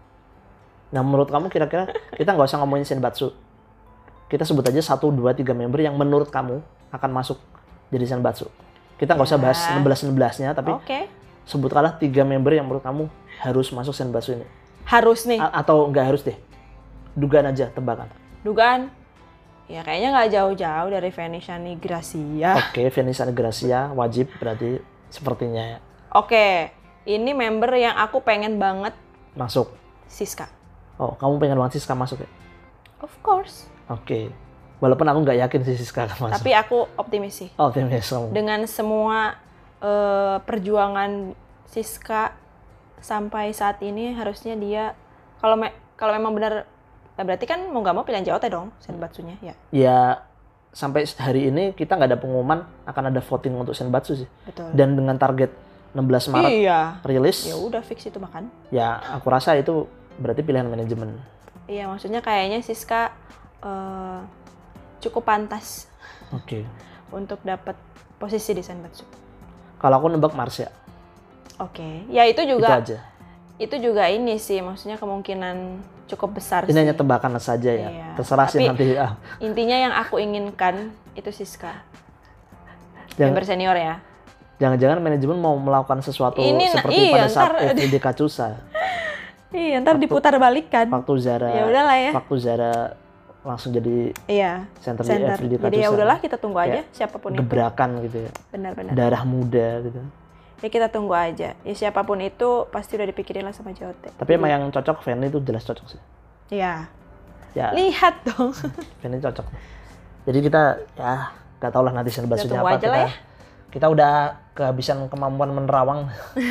C: Nah menurut kamu kira-kira kita nggak usah ngomongin Senbatsu. Kita sebut aja satu, dua, tiga member yang menurut kamu akan masuk jadi Senbatsu. Kita nggak ya. usah bahas enam belas enam belas-nya, tapi
B: okay.
C: sebutkanlah tiga member yang menurut kamu harus masuk Senbatsu ini.
B: Harus nih?
C: A- atau nggak harus deh? Dugaan aja, tebakan.
B: Dugaan? Ya kayaknya nggak jauh-jauh dari Vanessa Gracia.
C: Oke, okay, Vanessa Gracia wajib berarti sepertinya ya.
B: Oke, okay. Ini member yang aku pengen banget
C: masuk.
B: Siska.
C: Oh, kamu pengen banget Siska masuk ya?
B: Of course.
C: Oke. Okay. Walaupun aku nggak yakin si Siska akan masuk.
B: Tapi aku optimis sih.
C: Optimis.
B: Dengan semua uh, perjuangan Siska sampai saat ini, harusnya dia kalau me- kalau memang benar, ya berarti kan mau nggak mau pilihan J O T dong, Senbatsunya ya.
C: Ya sampai hari ini kita nggak ada pengumuman akan ada voting untuk Senbatsu sih.
B: Betul.
C: Dan dengan target enam belas Maret
B: iya.
C: rilis.
B: Ya udah fix itu makan.
C: Ya aku rasa itu berarti pilihan manajemen.
B: Iya, maksudnya kayaknya Siska uh, cukup pantas.
C: Oke. Okay.
B: Untuk dapat posisi di Senbatsu.
C: Kalau aku nebak Marsha.
B: Oke, okay. Ya itu juga.
C: Itu aja.
B: Itu juga ini sih, maksudnya kemungkinan cukup besar
C: ini
B: sih.
C: hanya tebakan saja ya.
B: Iya.
C: Terserah sih nanti. Ah.
B: Intinya yang aku inginkan itu Siska.
C: Jangan,
B: member senior ya.
C: Jangan-jangan manajemen mau melakukan sesuatu ini, seperti iya, pada saat F V D Kacusa.
B: Iya, ntar waktu, diputar balikan.
C: Waktu Zara,
B: ya udahlah ya.
C: Waktu Zara langsung jadi
B: iya,
C: center,
B: center.
C: di F V D Kacusa.
B: Jadi ya udahlah, kita tunggu aja siapapun
C: gebrakan
B: itu.
C: gitu ya.
B: Benar-benar.
C: Darah muda gitu.
B: Ya kita tunggu aja. Ya siapapun itu pasti udah dipikirin lah sama J O T.
C: Tapi jadi, emang yang cocok Fanny itu jelas cocok sih.
B: Iya.
C: Ya.
B: Lihat dong.
C: Fanny cocok. Jadi kita ya nggak tahu lah nanti Senbatsunya apa.
B: Kita, ya.
C: kita udah kehabisan kemampuan menerawang.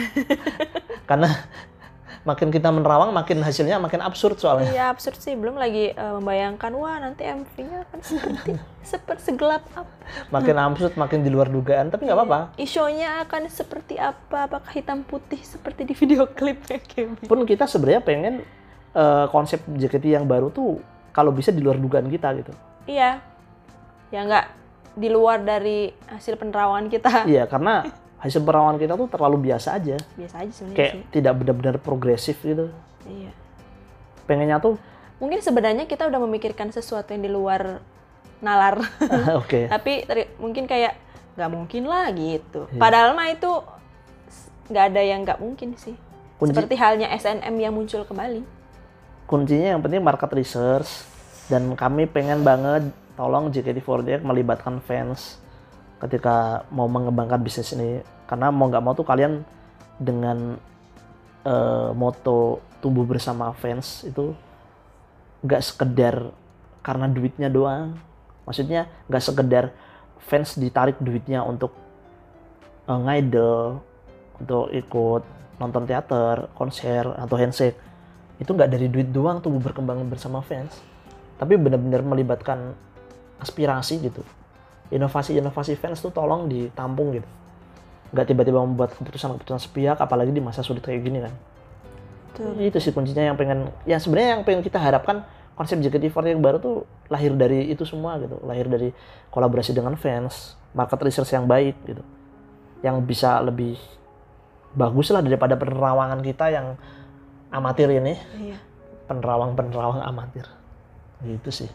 C: Karena makin kita menerawang, makin hasilnya makin absurd soalnya.
B: Iya absurd sih, belum lagi uh, membayangkan wah nanti M V-nya akan seperti seperti segelap apa.
C: Makin absurd, makin di luar dugaan, tapi nggak apa-apa.
B: Isu-nya akan seperti apa? Apakah hitam putih seperti di video klipnya Kemi?
C: Pun kita sebenarnya pengen uh, konsep J K T yang baru tuh kalau bisa di luar dugaan kita gitu.
B: Iya, ya nggak di luar dari hasil penerawangan kita.
C: Iya, karena hasil perawan kita tuh terlalu biasa aja.
B: Biasa aja sebenarnya
C: kayak
B: sih.
C: Tidak benar-benar progresif gitu.
B: Iya.
C: Pengennya tuh.
B: Mungkin sebenarnya kita udah memikirkan sesuatu yang di luar nalar.
C: Oke. Okay.
B: Tapi teri- mungkin kayak nggak mungkin lah gitu. Iya. Padahal mah itu nggak ada yang nggak mungkin sih. Kunci, seperti halnya S N M yang muncul kembali.
C: Kuncinya yang penting market research. Dan kami pengen banget tolong J K T empat puluh delapan melibatkan fans ketika mau mengembangkan bisnis ini, karena mau nggak mau tuh kalian dengan uh, moto tumbuh bersama fans itu nggak sekedar karena duitnya doang, maksudnya nggak sekedar fans ditarik duitnya untuk uh, ngidol, untuk ikut nonton teater, konser atau handshake, itu nggak dari duit doang tumbuh berkembang bersama fans, tapi benar-benar melibatkan aspirasi gitu. Inovasi-inovasi fans tuh tolong ditampung gitu. Nggak tiba-tiba membuat keputusan-keputusan sepihak, apalagi di masa sulit kayak gini kan. Betul. Itu sih kuncinya yang pengen, ya sebenarnya yang pengen kita harapkan konsep J K T empat puluh yang baru tuh lahir dari itu semua gitu, lahir dari kolaborasi dengan fans, market research yang baik gitu, yang bisa lebih bagus lah daripada penerawangan kita yang amatir ini.
B: Iya.
C: Penerawang-penerawang amatir gitu sih.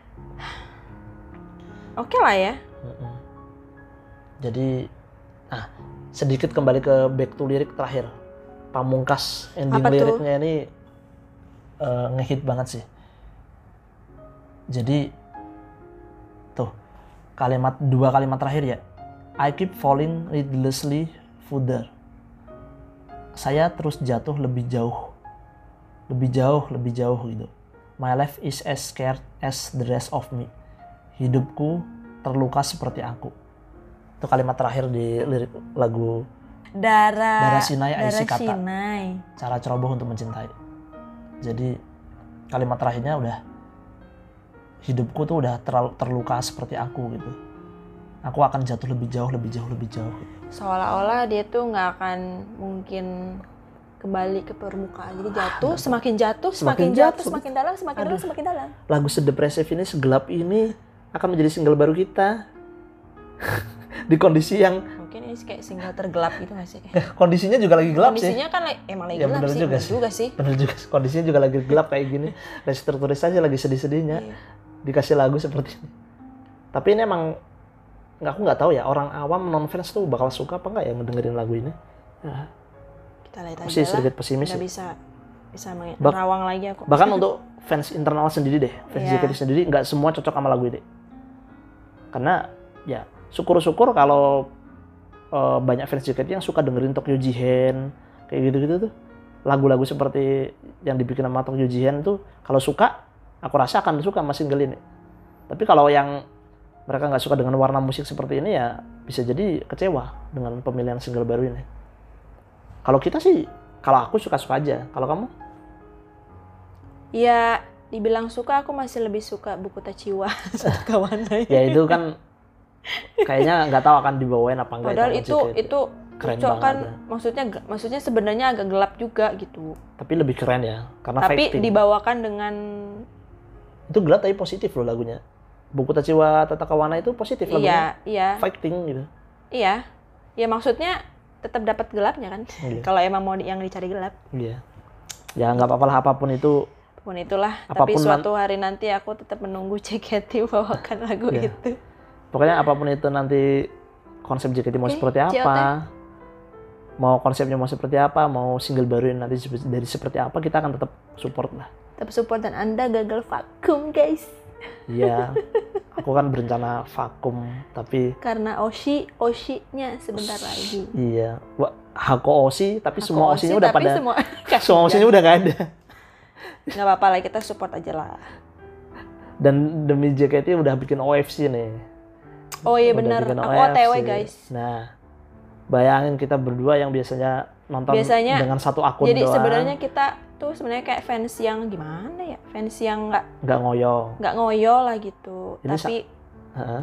B: Oke lah ya.
C: Mm-mm. Jadi, ah sedikit kembali ke back to lirik terakhir. Pamungkas ending
B: Apa tuh?
C: liriknya ini uh, ngehit banget sih. Jadi, tuh kalimat dua kalimat terakhir ya. I keep falling needlessly further. Saya terus jatuh lebih jauh, lebih jauh, lebih jauh gitu. My life is as scared as the rest of me. Hidupku terluka seperti aku. Itu kalimat terakhir di lirik lagu
B: Dara
C: Dara Shinai Aishi Kata.
B: Shinai.
C: Cara ceroboh untuk mencintai. Jadi kalimat terakhirnya udah, hidupku tuh udah terlalu terluka seperti aku gitu. Aku akan jatuh lebih jauh, lebih jauh, lebih jauh.
B: Seolah-olah dia tuh nggak akan mungkin kembali ke permukaan. Jadi jatuh,
C: Ah,
B: semakin jatuh,
C: Semakin
B: semakin, jatuh,
C: jatuh.
B: semakin dalam, semakin dalam, semakin dalam.
C: Lagu sedepresif ini, segelap ini akan menjadi single baru kita. Di kondisi yang
B: Mungkin ini kayak single tergelap gitu nggak sih?
C: kondisinya juga lagi gelap sih.
B: Kondisinya kan lagi- emang lagi
C: Ya,
B: gelap
C: bener
B: sih,
C: juga
B: bener
C: sih.
B: juga sih.
C: Bener juga, kondisinya juga lagi gelap kayak gini. Restrukturisasi lagi sedih-sedihnya.
B: Iya.
C: Dikasih lagu seperti ini. Tapi ini emang nggak, aku nggak tahu ya orang awam non fans tuh bakal suka apa nggak ya mendengarin lagu ini. Ya,
B: Kita lihat
C: aku sih
B: aja lah.
C: sedikit pesimis
B: Nggak
C: sih.
B: bisa bisa
C: Bak-
B: menerawang lagi aku.
C: Bahkan untuk fans internal sendiri deh, fans
B: Iya.
C: J K T sendiri nggak semua cocok sama lagu ini. Karena ya syukur-syukur kalau uh, banyak fans J K T yang suka dengerin Tokyo Jihen kayak gitu-gitu tuh. Lagu-lagu seperti yang dibikin sama Tokyo Jihen tuh kalau suka, aku rasa akan suka sama single ini. Tapi kalau yang mereka nggak suka dengan warna musik seperti ini ya bisa jadi kecewa dengan pemilihan single baru ini. Kalau kita sih, kalau aku suka-suka aja. Kalau kamu?
B: Ya dibilang suka, aku masih lebih suka buku Tachiwa Satu Kawanai.
C: Ya itu kan kayaknya nggak tahu akan dibawain apa enggak.
B: Padahal
C: sama
B: itu
C: J K T.
B: itu
C: Keren
B: Uco
C: banget
B: kan
C: ya.
B: maksudnya maksudnya sebenarnya agak gelap juga gitu.
C: Tapi lebih keren ya karena
B: Tapi
C: fighting.
B: dibawakan dengan
C: Itu gelap tapi positif loh lagunya. Buku Tachiwa Tatakawana itu positif lagunya.
B: iya, iya,
C: Fighting gitu.
B: iya. Ya maksudnya tetap dapat gelapnya kan.
C: Iya.
B: Kalau emang mau di- yang dicari gelap.
C: Iya. Ya nggak apa-apa lah apapun itu.
B: Pun itulah, tapi
C: Apapun
B: suatu hari nanti aku tetap menunggu J K T bawakan lagu
C: Iya.
B: itu.
C: Pokoknya apapun itu nanti konsep J K T mau
B: Oke,
C: seperti
B: C O T.
C: apa. Mau konsepnya mau seperti apa, mau single baru yang nanti sepe- dari seperti apa, kita akan tetap support lah.
B: Tetap support dan Anda gagal vakum, guys.
C: Iya. Aku kan berencana vakum, tapi
B: Karena Oshi, Oshi-nya sebentar lagi.
C: iya. Wah, Hako Oshi, tapi
B: Aku
C: semua
B: Oshi,
C: Oshinya udah
B: tapi
C: pada
B: semua
C: semua Oshinya udah nggak ada.
B: nggak apa-apa lah, kita support aja lah.
C: Dan demi J K T udah bikin O F C nih.
B: Oh iya
C: Udah
B: bener,
C: bikin
B: aku
C: O F C.
B: O T W guys.
C: Nah, bayangin kita berdua yang biasanya nonton
B: Biasanya,
C: dengan satu akun
B: Jadi
C: doang.
B: sebenarnya kita tuh sebenarnya kayak fans yang gimana ya? Fans yang nggak
C: nggak ngoyo.
B: nggak ngoyo lah gitu.
C: Ini
B: Tapi
C: Heeh.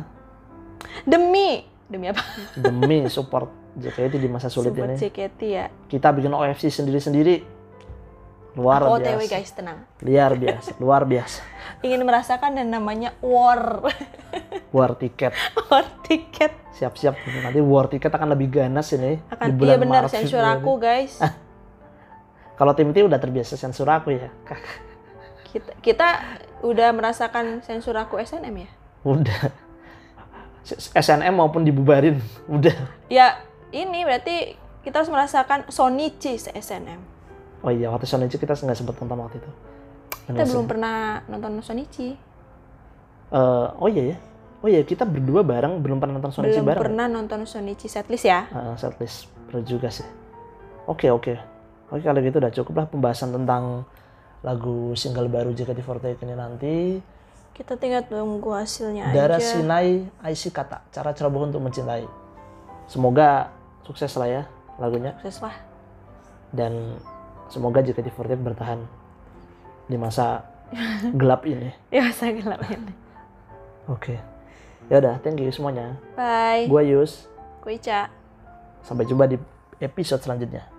B: demi demi apa?
C: Demi support J K T di masa sulit
B: Support
C: ini.
B: J K T ya.
C: Kita bikin O F C sendiri-sendiri. Luar
B: Aku O T W
C: biasa.
B: guys, tenang.
C: Luar biasa, luar biasa.
B: Ingin merasakan yang namanya war.
C: War tiket.
B: war tiket.
C: Siap-siap nanti war tiket akan lebih ganas ini
B: Akan
C: di bulan
B: iya benar
C: Maret,
B: sensor
C: Februari.
B: aku guys.
C: Kalau tim T udah terbiasa sensor aku ya.
B: kita kita udah merasakan sensor aku S N M ya?
C: Udah. S N M maupun dibubarin, udah.
B: Ya ini berarti kita harus merasakan Sonichi se-S N M.
C: Oh iya, waktu Sonichi kita nggak sempat nonton waktu itu.
B: Kita belum pernah nonton Sonichi.
C: Uh, oh iya ya. Oh iya, kita berdua bareng belum pernah nonton Sonichi
B: Belum
C: bareng.
B: pernah nonton Sonichi setlist ya.
C: Uh, setlist perlu juga sih. Oke oke. Oke kalau gitu udah cukup lah pembahasan tentang lagu single baru J K T empat puluh delapan ini nanti.
B: Kita tinggal tunggu hasilnya
C: Dara
B: aja.
C: Shinai Aishi Kata, cara ceroboh untuk mencintai. Semoga sukses lah ya lagunya.
B: Sukses lah.
C: Dan semoga J K T empat puluh delapan bertahan di masa gelap ini.
B: Ya saya gelap ini.
C: Oke. Ya udah, thank you semuanya.
B: Bye.
C: Gua Yus.
B: Gue Ica.
C: Sampai jumpa di episode selanjutnya.